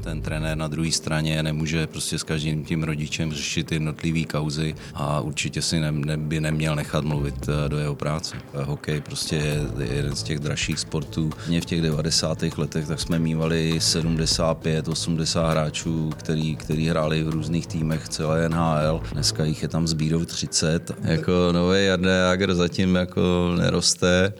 ten trenér na druhé straně nemůže prostě s každým tím rodičem řešit jednotlivý kauzy a určitě si by neměl nechat mluvit do jeho práce. Hokej prostě je jeden z těch dražších sportů. Mě v těch 90. letech tak jsme mívali 75-80 hráčů, který hráli v různých týmech celé NHL. Dneska jich je tam sbírou 30. Jako nový Jarda Jágr zatím jako neroste.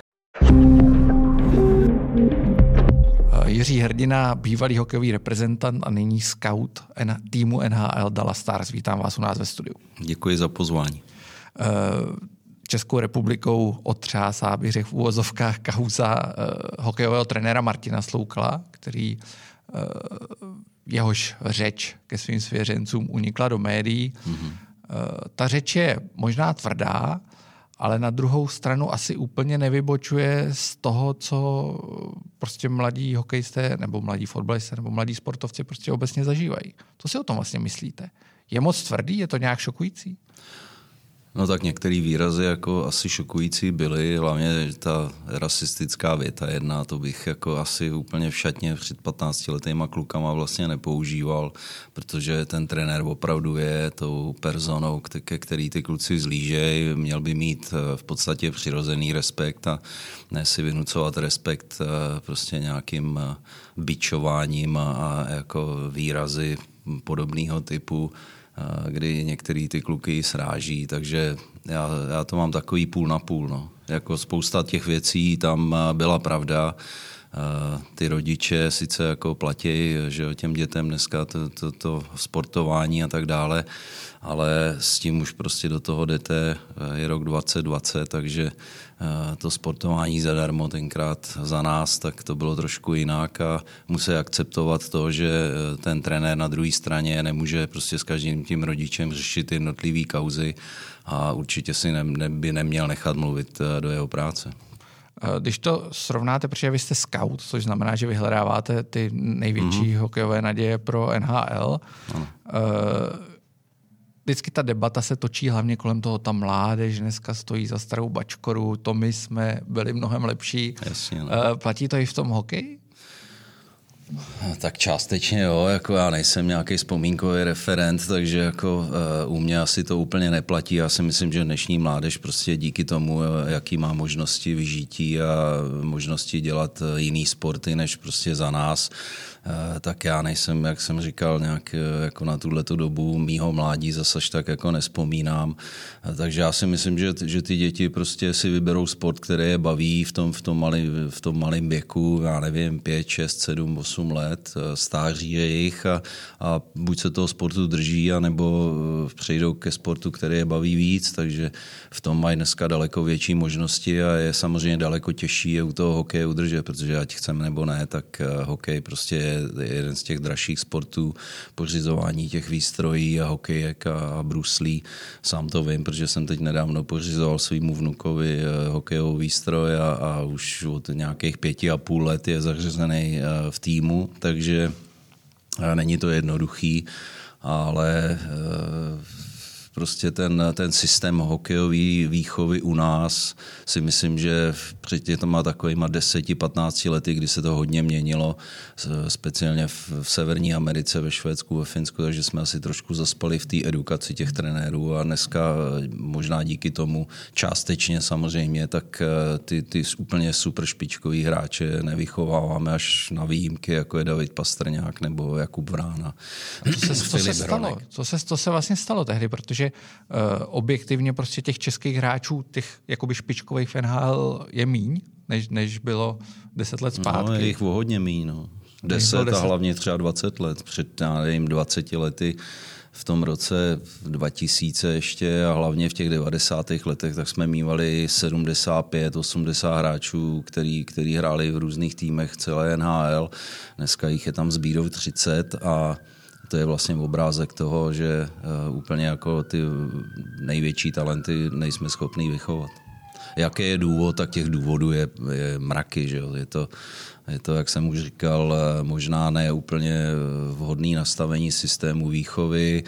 Jiří Hrdina, bývalý hokejový reprezentant a nyní scout týmu NHL Dallas Stars. Vítám vás u nás ve studiu. Děkuji za pozvání. Českou republikou otřásá, bych řekl v úvozovkách, kauza hokejového trenéra Martina Sloukala, který jehož řeč ke svým svěřencům unikla do médií. Ta řeč je možná tvrdá, ale na druhou stranu asi úplně nevybočuje z toho, co prostě mladí hokejisté nebo mladí fotbalisté nebo mladí sportovci prostě obecně zažívají. Co si o tom vlastně myslíte? Je moc tvrdý? Je to nějak šokující? No tak některé výrazy jako asi šokující byly, hlavně ta rasistická věta jedna, to bych jako asi úplně v šatně před 15 letýma klukama vlastně nepoužíval, protože ten trenér opravdu je tou personou, ke který ty kluci zlížejí, měl by mít v podstatě přirozený respekt a ne si vynucovat respekt prostě nějakým bičováním a jako výrazy podobného typu, kdy některý ty kluky sráží, takže já to mám takový půl na půl. No. Jako spousta těch věcí tam byla pravda. Ty rodiče sice jako platí, že těm dětem dneska to sportování a tak dále, ale s tím už prostě do toho jdete, je rok 2020, takže to sportování zadarmo tenkrát za nás, tak to bylo trošku jinak a musí akceptovat to, že ten trenér na druhé straně nemůže prostě s každým tím rodičem řešit jednotlivý kauzy a určitě si by neměl nechat mluvit do jeho práce. Když to srovnáte, protože vy jste scout, což znamená, že vyhledáváte ty největší hokejové naděje pro NHL, vždycky ta debata se točí hlavně kolem toho, ta mládež dneska stojí za starou bačkoru, to my jsme byli mnohem lepší. Jasně, no. Platí to i v tom hokeji? Tak částečně jo, jako já nejsem nějaký vzpomínkový referent, takže jako u mě asi to úplně neplatí. Já si myslím, že dnešní mládež prostě díky tomu, jaký má možnosti vyžití a možnosti dělat jiný sporty než prostě za nás, tak já nejsem, jak jsem říkal, nějak jako na tuhletu dobu mýho mládí zase až tak jako nespomínám. Takže já si myslím, že ty děti prostě si vyberou sport, který je baví v tom malém věku, já nevím, 5, 6, 7, 8 let, stáří je jich a buď se toho sportu drží, anebo přejdou ke sportu, který je baví víc, takže v tom mají dneska daleko větší možnosti a je samozřejmě daleko těžší je u toho hokeje udržet, protože ať chceme nebo ne, tak hokej prostě je jeden z těch dražších sportů, pořizování těch výstrojí a hokejek a bruslí. Sám to vím, protože jsem teď nedávno pořizoval svýmu vnukovi hokejový výstroj a už od nějakých 5,5 let je zařazený v týmu, takže není to jednoduchý, ale prostě ten systém hokejové výchovy u nás si myslím, že před těma takovýma 10-15 lety, kdy se to hodně měnilo, speciálně v Severní Americe, ve Švédsku, ve Finsku, takže jsme asi trošku zaspali v té edukaci těch trenérů a dneska možná díky tomu částečně samozřejmě, tak ty úplně super špičkový hráče nevychováváme až na výjimky, jako je David Pastrňák nebo Jakub Vrána. Co se vlastně stalo tehdy, protože objektivně prostě těch českých hráčů, těch jakoby špičkových v NHL je míň, než bylo 10 let zpátky. No, je jich o hodně míň, no. 10 a hlavně třeba 20 let. Před, já nevím, 20 lety v tom roce 2000 ještě a hlavně v těch 90. letech, tak jsme mívali 75-80 hráčů, který hráli v různých týmech celé NHL. Dneska jich je tam sbírou 30 a to je vlastně obrázek toho, že úplně jako ty největší talenty nejsme schopní vychovat. Jaký je důvod, tak těch důvodů je mraky. Že jo? Je to, jak jsem už říkal, možná ne úplně vhodné nastavení systému výchovy.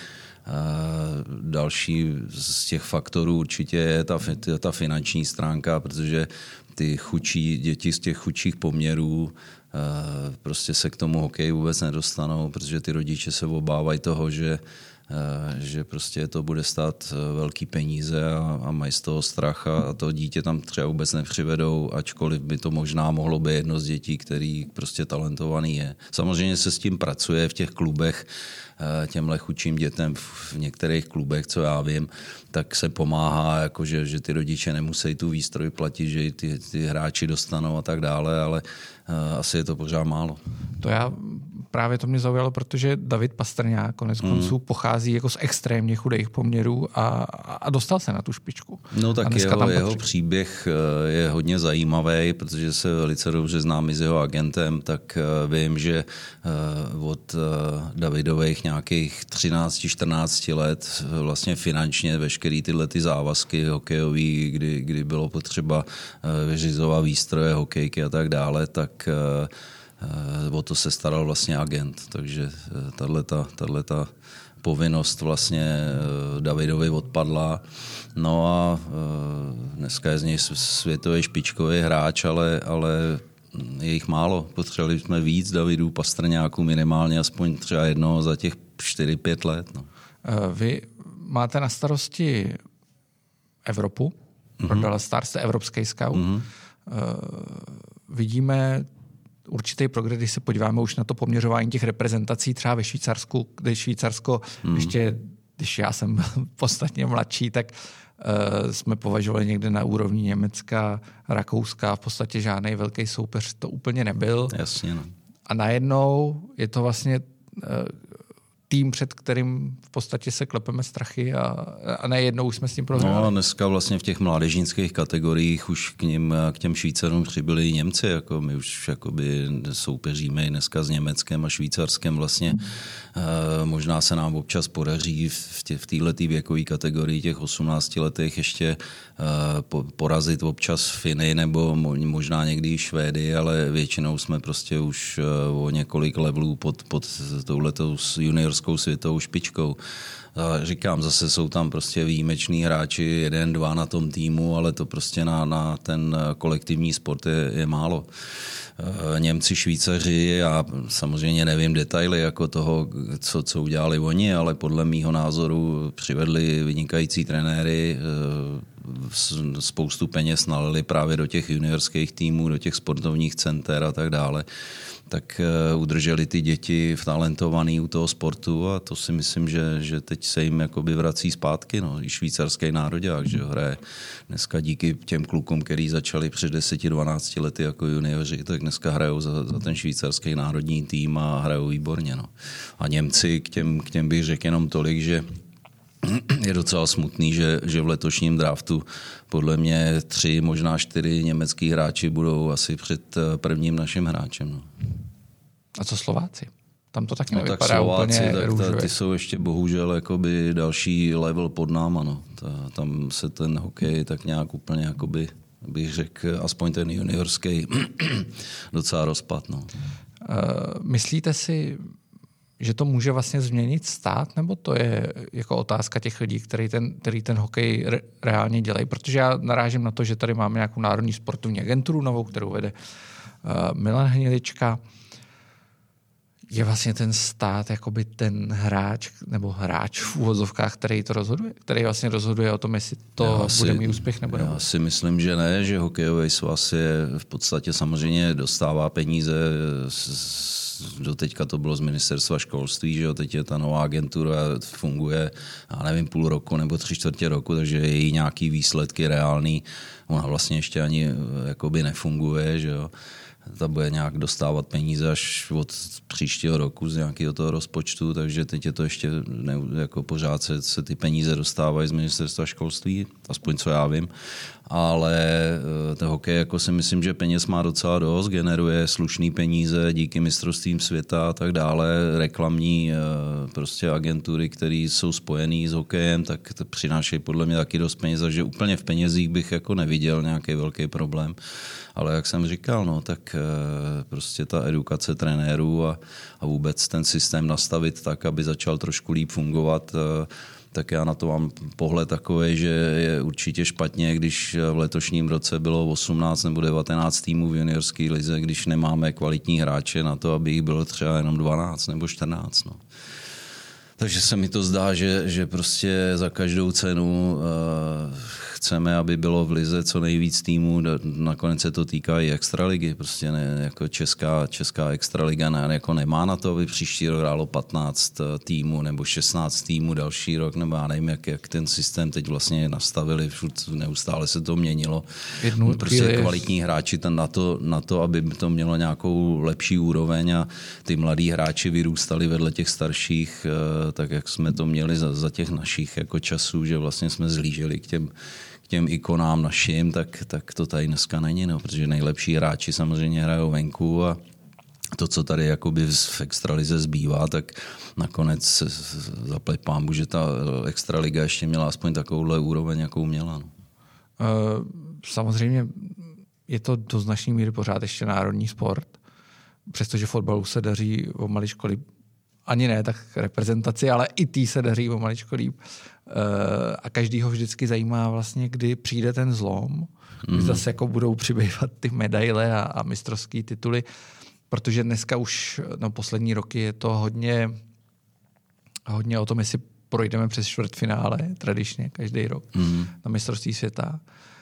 Další z těch faktorů určitě je ta finanční stránka, protože ty chudší děti z těch chudších poměrů prostě se k tomu hokeji vůbec nedostanou, protože ty rodiče se obávají toho, že prostě to bude stát velký peníze a mají z toho strach a to dítě tam třeba vůbec nepřivedou, ačkoliv by to možná mohlo být jedno z dětí, který prostě talentovaný je. Samozřejmě se s tím pracuje v těch klubech, těmhle chudším dětem v některých klubech, co já vím, tak se pomáhá, jakože, že ty rodiče nemusí tu výstroj platit, že i ty hráči dostanou a tak dále, ale asi je to pořád málo. Právě to mě zaujalo, protože David Pastrňák konec konců pochází jako z extrémně chudých poměrů a dostal se na tu špičku. No tak jeho příběh je hodně zajímavý, protože se velice dobře znám i s jeho agentem, tak vím, že od Davidových nějakých 13-14 let vlastně finančně veškerý tyhle ty závazky hokejový, kdy bylo potřeba vyřizovat výstroje, hokejky a tak dále, tak o to se staral vlastně agent, takže tato povinnost vlastně Davidovi odpadla. No a dneska je z něj světový špičkový hráč, ale je jich málo. Potřebovali jsme víc Davidů Pastrňáků, minimálně aspoň třeba jednoho za těch 4-5 let. No. Vy máte na starosti Evropu, pro Dallas Stars, jste evropský scout. Vidíme určitý progres, když se podíváme už na to poměřování těch reprezentací třeba ve Švýcarsku, kde Švýcarsko ještě, když já jsem byl podstatně mladší, tak jsme považovali někde na úrovni Německa, Rakouska, v podstatě žádný velký soupeř to úplně nebyl. Jasně, no. A najednou je to vlastně tým, před kterým v podstatě se klepeme strachy a najednou už jsme s tím prohráli. No a dneska vlastně v těch mládežnických kategoriích už k těm Švýcarům přibyli i Němci. Jako my už jakoby soupeříme dneska s Německem a Švýcarskem vlastně. Možná se nám občas podaří v této věkové kategorii těch 18 letech ještě porazit občas Finy nebo možná někdy Švédy, ale většinou jsme prostě už o několik levelů pod touhletou juniorskou světovou špičkou. A říkám, zase jsou tam prostě výjimeční hráči, 1-2 na tom týmu, ale to prostě na ten kolektivní sport je málo. Němci, Švýcaři, já samozřejmě nevím detaily jako toho, co udělali oni, ale podle mýho názoru přivedli vynikající trenéry, spoustu peněz nalili právě do těch juniorských týmů, do těch sportovních center a tak dále, tak udrželi ty děti talentovaný u toho sportu a to si myslím, že teď se jim jakoby vrací zpátky. No. I švýcarský nároďák, že hraje dneska díky těm klukům, který začali před 10-12 lety jako junioři, tak dneska hrajou za ten švýcarský národní tým a hrajou výborně. No. A Němci, k těm bych řekl jenom tolik, že je docela smutný, že v letošním draftu podle mě 3, možná 4 německý hráči budou asi před prvním naším hráčem. No. A co Slováci? Tam to taky nevypadá tak Slováci, úplně růžově. Ty jsou ještě bohužel jakoby další level pod náma. No. Tam se ten hokej tak nějak úplně, jakoby, bych řekl, aspoň ten juniorský docela rozpad. No. Myslíte si, že to může vlastně změnit stát, nebo to je jako otázka těch lidí, který ten hokej reálně dělají? Protože já narážím na to, že tady máme nějakou národní sportovní agenturu novou, kterou vede Milan Hnilička. Je vlastně ten stát jakoby ten hráč, nebo hráč v úvozovkách, který to rozhoduje? Který vlastně rozhoduje o tom, jestli to bude mít úspěch nebo ne? Já si myslím, že ne, že hokejový svaz je v podstatě samozřejmě dostává peníze doteďka to bylo z ministerstva školství, že jo, teď je ta nová agentura, funguje, já nevím, půl roku nebo 3/4 roku, takže její nějaký výsledky reálný, ona vlastně ještě ani jakoby nefunguje, že jo. Ta bude nějak dostávat peníze až od příštího roku z nějakého toho rozpočtu, takže teď je to ještě jako pořád se ty peníze dostávají z ministerstva školství, aspoň co já vím, ale ten hokej jako si myslím, že peněz má docela dost, generuje slušný peníze díky mistrovstvím světa a tak dále, reklamní prostě agentury, které jsou spojené s hokejem, tak to přinášejí podle mě taky dost peněz, takže úplně v penězích bych jako neviděl nějaký velký problém. Ale jak jsem říkal, no, tak prostě ta edukace trenérů a vůbec ten systém nastavit tak, aby začal trošku líp fungovat, tak já na to mám pohled takový, že je určitě špatně, když v letošním roce bylo 18 nebo 19 týmů v juniorské lize, když nemáme kvalitní hráče na to, aby jich bylo třeba jenom 12 nebo 14. No. Takže se mi to zdá, že prostě za každou cenu chceme, aby bylo v lize co nejvíc týmů. Nakonec se to týká i extraligy. Prostě ne, jako česká extraliga jako nemá na to, aby příští rok hrálo 15 týmů nebo 16 týmů další rok, nebo já nevím, jak ten systém teď vlastně nastavili. Neustále se to měnilo. Prostě kvalitní hráči na to, aby to mělo nějakou lepší úroveň a ty mladí hráči vyrůstali vedle těch starších, tak jak jsme to měli za těch našich jako časů, že vlastně jsme zlíželi k těm ikonám našim, tak to tady dneska není, no, protože nejlepší hráči samozřejmě hrajou venku a to, co tady jakoby v extralize zbývá, tak nakonec zaplať pánbu, že ta extraliga ještě měla aspoň takovouhle úroveň, jakou měla. No. Samozřejmě je to do značné míry pořád ještě národní sport, přestože fotbalu se daří o maličko líp. Ani ne tak reprezentaci, ale i tý se daří o maličko líp. A každýho vždycky zajímá vlastně, kdy přijde ten zlom, kdy zase jako budou přibývat ty medaile a mistrovský tituly, protože dneska už poslední roky je to hodně o tom, jestli projdeme přes čtvrtfinále tradičně každý rok na mistrovství světa.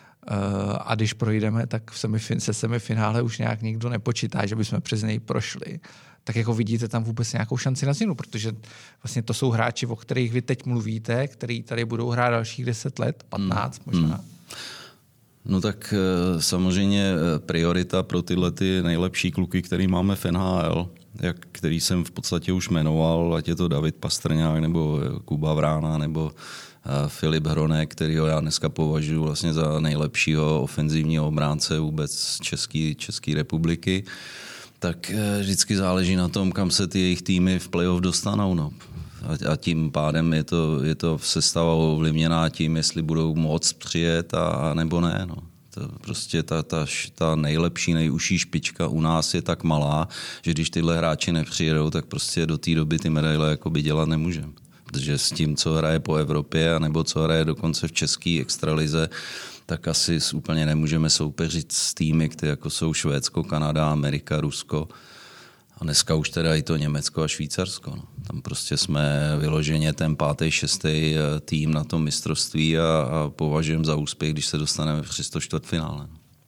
A když projdeme, tak se semifinále už nějak nikdo nepočítá, že bychom přes něj prošli. Tak jako vidíte tam vůbec nějakou šanci na změnu, protože vlastně to jsou hráči, o kterých vy teď mluvíte, který tady budou hrát dalších 10 let, 15 možná. No tak samozřejmě priorita pro tyhle ty nejlepší kluky, který máme v NHL, který jsem v podstatě už jmenoval, ať je to David Pastrňák nebo Kuba Vrána nebo Filip Hronek, kterýho já dneska považuji vlastně za nejlepšího ofenzivního obránce vůbec České republiky, tak vždycky záleží na tom, kam se ty jejich týmy v playoff dostanou. No. A tím pádem je to sestava ovlivněná tím, jestli budou moc přijet a nebo ne. No. To prostě ta nejlepší, nejužší špička u nás je tak malá, že když tyhle hráči nepřijedou, tak prostě do té doby ty medaile jakoby dělat nemůžeme. Protože s tím, co hraje po Evropě, nebo co hraje dokonce v české extralize, tak asi úplně nemůžeme soupeřit s týmy, které jako jsou Švédsko, Kanada, Amerika, Rusko. A dneska už teda i to Německo a Švýcarsko. No. Tam prostě jsme vyloženě ten 5., 6. tým na tom mistrovství a považujeme za úspěch, když se dostaneme přes to čtvrtfinále.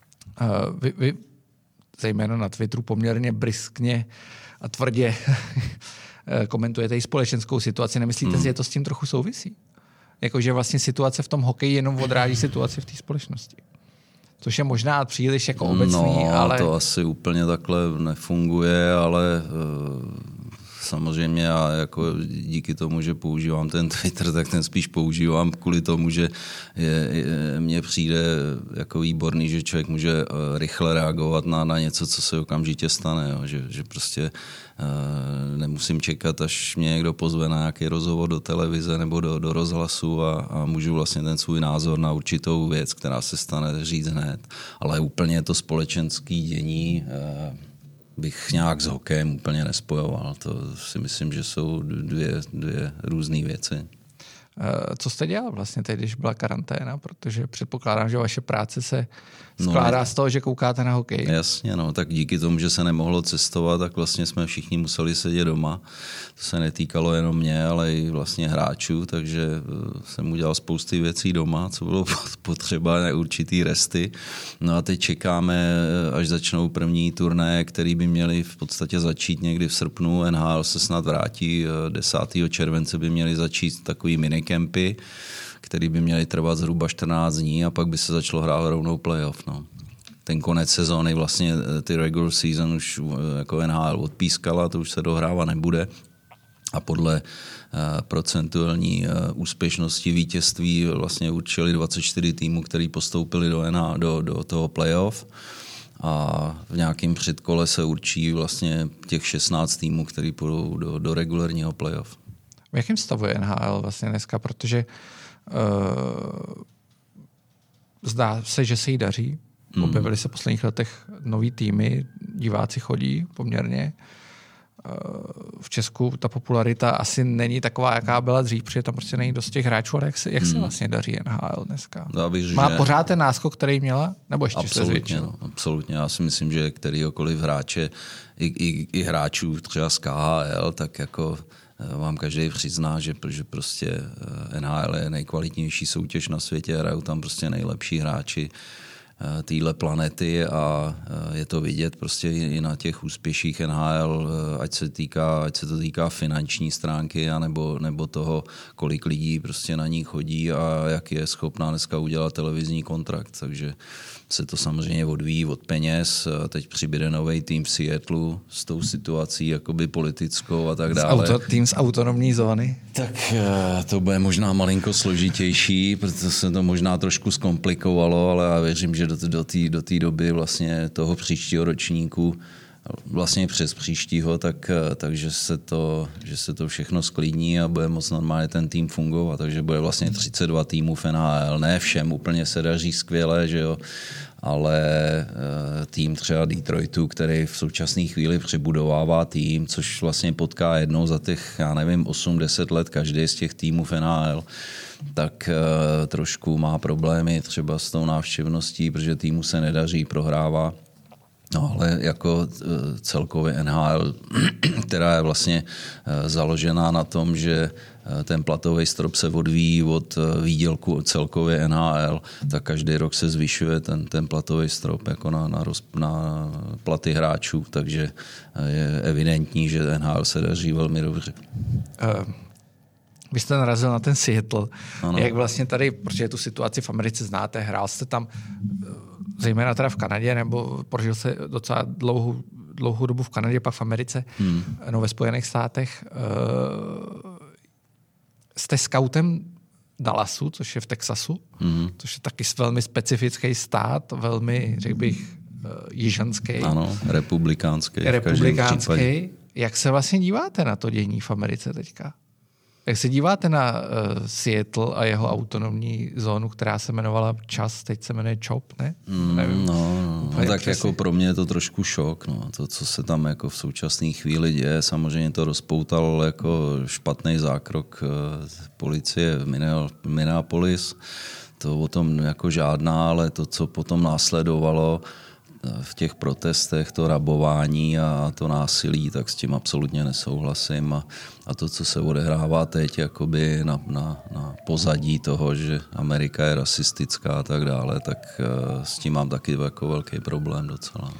Vy zejména na Twitteru poměrně briskně a tvrdě komentujete i společenskou situaci. Nemyslíte si, že to s tím trochu souvisí? Jakože vlastně situace v tom hokeji jenom odráží situaci v té společnosti. Což je možná příliš jako obecný, ale... to asi úplně takhle nefunguje, ale samozřejmě já jako díky tomu, že používám ten Twitter, tak ten spíš používám kvůli tomu, že mně přijde jako výborný, že člověk může rychle reagovat na něco, co se okamžitě stane. Jo. Že prostě nemusím čekat, až mě někdo pozve na nějaký rozhovor do televize nebo do rozhlasu a můžu vlastně ten svůj názor na určitou věc, která se stane, říct hned. Ale úplně to společenské dění bych nějak s hokejem úplně nespojoval. To si myslím, že jsou dvě různé věci. Co jste dělal vlastně teď, když byla karanténa? Protože předpokládám, že vaše práce se skládá z toho, že koukáte na hokej. Jasně, no, tak díky tomu, že se nemohlo cestovat, tak vlastně jsme všichni museli sedět doma. To se netýkalo jenom mě, ale i vlastně hráčů, takže jsem udělal spousty věcí doma, co bylo potřeba, určitý resty. No a teď čekáme, až začnou první turnaje, které by měly v podstatě začít někdy v srpnu. NHL se snad vrátí, 10. července by měly začít takový minikempy, který by měly trvat zhruba 14 dní a pak by se začalo hrát rovnou playoff. No. Ten konec sezóny, vlastně ty regular season už jako NHL odpískala, to už se dohrávat nebude. A podle procentuální úspěšnosti vítězství vlastně určili 24 týmů, který postoupili do toho playoff. A v nějakém předkole se určí vlastně těch 16 týmů, který půjdou do regulárního playoff. V jakém stavu je NHL vlastně dneska? Protože zdá se, že se jí daří. Objevily se v posledních letech nový týmy, diváci chodí poměrně. v Česku ta popularita asi není taková, jaká byla dřív, protože tam prostě není dost těch hráčů, ale jak se vlastně daří NHL dneska? Má pořád ten náskok, který měla? Nebo ještě se zvětšil? No, absolutně. Já si myslím, že kterýhokoliv hráče, i hráčů třeba z KHL, tak jako vám každý přizná, že prostě NHL je nejkvalitnější soutěž na světě, hrajou tam prostě nejlepší hráči téhle planety a je to vidět prostě i na těch úspěších NHL, ať se to týká finanční stránky nebo toho, kolik lidí prostě na ní chodí a jak je schopná dneska udělat televizní kontrakt. Takže se to samozřejmě odvíjí od peněz. Teď přibude nový tým v Seattlu s tou situací jakoby politickou a tak dále. Tým z autonomní zóny? Tak to bude možná malinko složitější, protože se to možná trošku zkomplikovalo, ale já věřím, že do té doby vlastně toho příštího ročníku, vlastně přes příštího, takže se to všechno sklidní a bude moc normálně ten tým fungovat. Takže bude vlastně 32 týmů v NHL. Ne všem úplně se daří skvěle, že jo, ale tým třeba Detroitu, který v současné chvíli přebudovává tým, což vlastně potká jednou za těch, 8-10 let každý z těch týmů v NHL, tak trošku má problémy třeba s tou návštěvností, protože týmu se nedaří, prohrává. No ale jako celkově NHL, která je vlastně založená na tom, že ten platový strop se odvíjí od výdělku celkově NHL, tak každý rok se zvyšuje ten platový strop jako na platy hráčů, takže je evidentní, že NHL se daří velmi dobře. Vy jste narazil na ten Seattle. Ano. Jak vlastně tady, protože tu situaci v Americe znáte, hrál jste tam zejména teda v Kanadě, nebo prožil se docela dlouhou dobu v Kanadě, pak v Americe, no ve Spojených státech. Jste skautem Dallasu, což je v Texasu, což je taky velmi specifický stát, velmi, řekl bych, jižanský. Ano, republikánský. Jak se vlastně díváte na to dění v Americe teďka? Jak se díváte na Seattle a jeho autonomní zónu, která se jmenovala čas, teď se jmenuje CHOP, ne? Nevím, tak přesně. Jako pro mě je to trošku šok. No. To, co se tam jako v současné chvíli děje, samozřejmě to rozpoutal jako špatný zákrok policie v Minneapolis. To o tom jako žádná, ale to, co potom následovalo v těch protestech, to rabování a to násilí, tak s tím absolutně nesouhlasím. A to, co se odehrává teď jakoby na pozadí toho, že Amerika je rasistická a tak dále, tak s tím mám taky jako velký problém docela.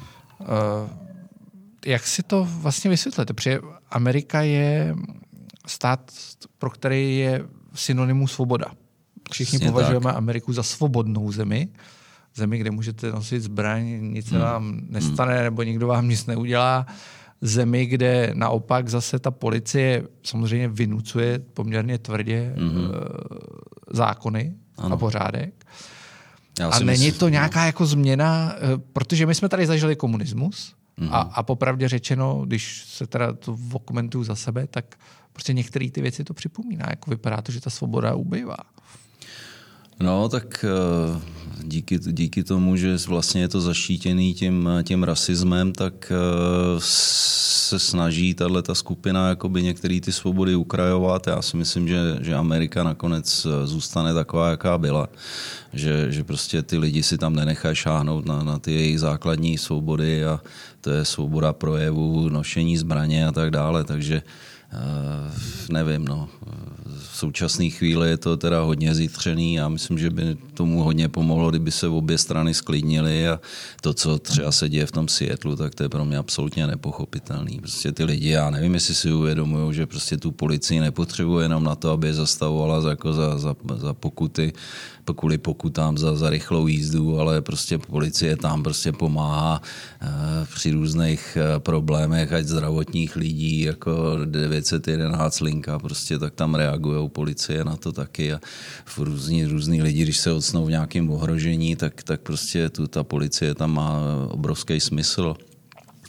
Jak si to vlastně vysvětlíte? Protože Amerika je stát, pro který je synonymum svoboda. Všichni považujeme Ameriku za svobodnou zemi, kde můžete nosit zbraň, nic se vám nestane, nebo nikdo vám nic neudělá. Zemi, kde naopak zase ta policie samozřejmě vynucuje poměrně tvrdě zákony a pořádek. A není to nějaká jako změna, protože my jsme tady zažili komunismus a popravdě řečeno, když se teda to komentuju za sebe, tak prostě některé ty věci to připomíná. Jako vypadá to, že ta svoboda ubývá. No, tak díky tomu, že vlastně je to zaštítěný tím rasismem, tak se snaží tato skupina jakoby některé ty svobody ukrajovat. Já si myslím, že Amerika nakonec zůstane taková, jaká byla. Že prostě ty lidi si tam nenechají šáhnout na ty jejich základní svobody a to je svoboda projevu, nošení zbraně a tak dále. Takže nevím, no. V současné chvíli je to teda hodně zjitřený a myslím, že by tomu hodně pomohlo, kdyby se obě strany sklidnily a to, co třeba se děje v tom Seattlu, tak to je pro mě absolutně nepochopitelný. Prostě ty lidi, já nevím, jestli si uvědomují, že prostě tu policii nepotřebuje jenom na to, aby je zastavovala jako za pokuty, kvůli pokutám za rychlou jízdu, ale prostě policie tam prostě pomáhá při různých problémech, ať zdravotních lidí, jako 911 linka, prostě tak tam reagujou policie na to taky a různý lidi, když se ocnou v nějakém ohrožení, tak prostě ta policie tam má obrovský smysl.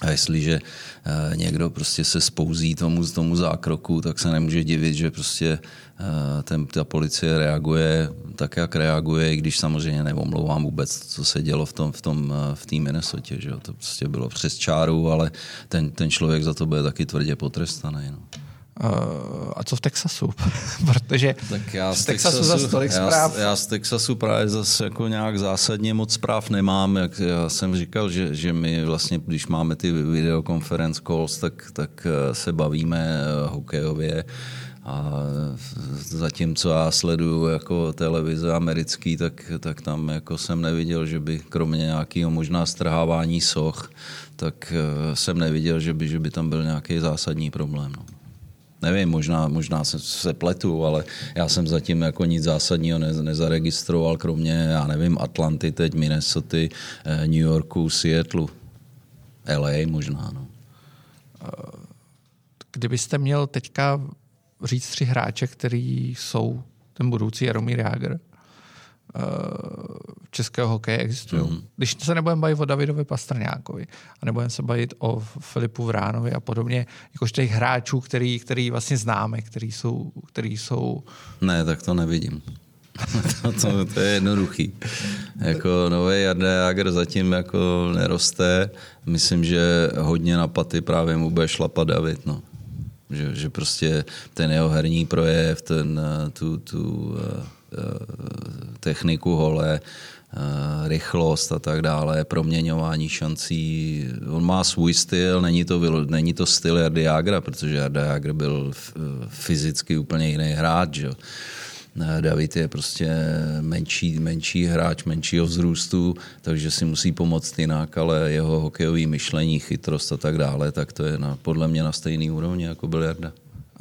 A jestliže někdo prostě se spouzí tomu zákroku, tak se nemůže divit, že prostě ta policie reaguje tak, jak reaguje, i když samozřejmě neomlouvám vůbec, co se dělo v té Minnesotě. Že? To prostě bylo přes čáru, ale ten člověk za to bude taky tvrdě potrestaný. No. A co v Texasu? Protože tak já z Texasu zase tolik zpráv. Já z Texasu právě zase jako nějak zásadně moc zpráv nemám. Jak já jsem říkal, že my vlastně, když máme ty videoconference calls, tak se bavíme hokejově. A zatímco já sleduju jako televize americký, tak tam jako jsem neviděl, že by kromě nějakého možná strhávání soch, tak jsem neviděl, že by tam byl nějaký zásadní problém. No. Nevím, možná se pletu, ale já jsem zatím jako nic zásadního nezaregistroval, kromě, já nevím, Atlanty, teď Minnesota, New Yorku, Seattleu, LA možná. No. Kdybyste měl teďka říct 3 hráče, který jsou ten budoucí Jaromír Jágr, českého hokeje existují. Když se nebudeme bavit o Davidovi Pastrňákovi a nebudeme se bavit o Filipu Vránovi a podobně, jakož těch hráčů, který vlastně známe, který jsou... Ne, tak to nevidím. to je jednoduchý. Jako nový Jarda Jágr zatím jako neroste. Myslím, že hodně na paty právě mu bude šlapat David. No. Že prostě ten jeho herní projev, tu techniku hole, rychlost a tak dále, proměňování šancí. On má svůj styl, není to styl Jardy Jágra, protože Jarda Jágr byl fyzicky úplně jiný hráč. Že? David je prostě menší hráč, menšího vzrůstu, takže si musí pomoct jinak, ale jeho hokejový myšlení, chytrost a tak dále, tak to je podle mě na stejný úrovni, jako byl Jarda.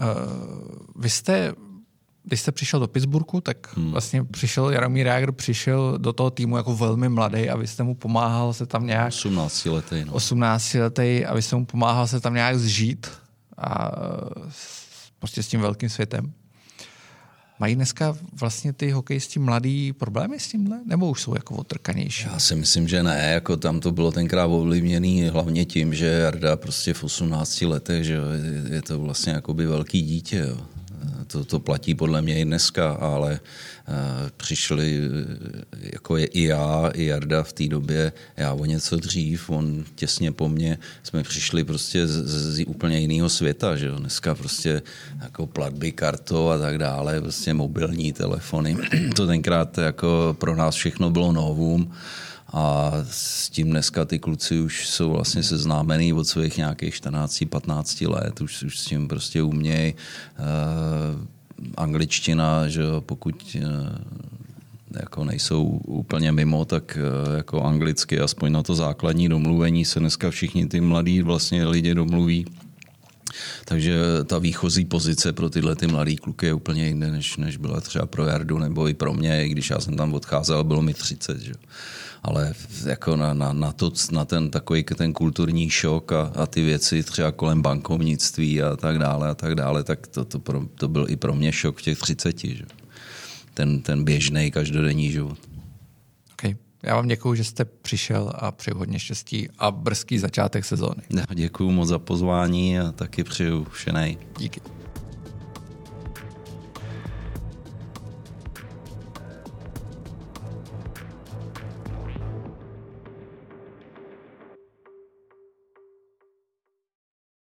Když jste přišel do Pittsburghu, tak vlastně Jaromír Jágr přišel do toho týmu jako velmi mladý a vy jste mu pomáhal se tam nějak... 18letý. No. 18letý a vy jste mu pomáhal se tam nějak zžít a prostě s tím velkým světem. Mají dneska vlastně ty hokejisti mladý problémy s tímhle? Nebo už jsou jako otrkanější? Já si myslím, že ne. Jako tam to bylo tenkrát ovlivněný hlavně tím, že Jarda prostě v 18 letech, že je to vlastně jakoby velký dítě. Jo. To platí podle mě i dneska, ale přišli, jako je i já, i Jarda v té době, já o něco dřív, on těsně po mně, jsme přišli prostě z úplně jiného světa, že jo. Dneska prostě jako platby kartou a tak dále, prostě mobilní telefony. To tenkrát jako pro nás všechno bylo novum. A s tím dneska ty kluci už jsou vlastně seznámený od svých nějakých 14-15 let, už s tím prostě umějí. Angličtina, že pokud jako nejsou úplně mimo, tak jako anglicky, aspoň na to základní domluvení se dneska všichni ty mladí vlastně lidi domluví. Takže ta výchozí pozice pro tyhle ty mladý kluky je úplně jinde, než byla třeba pro Jardu nebo i pro mě, i když já jsem tam odcházel, bylo mi 30, že? Ale jako na ten kulturní šok a ty věci třeba kolem bankovnictví a tak dále, tak to byl i pro mě šok v těch 30, že? Ten běžný každodenní život. Okay. Já vám děkuju, že jste přišel a přeju hodně štěstí a brzký začátek sezóny. Děkuju moc za pozvání a taky přeju vše nej. Díky.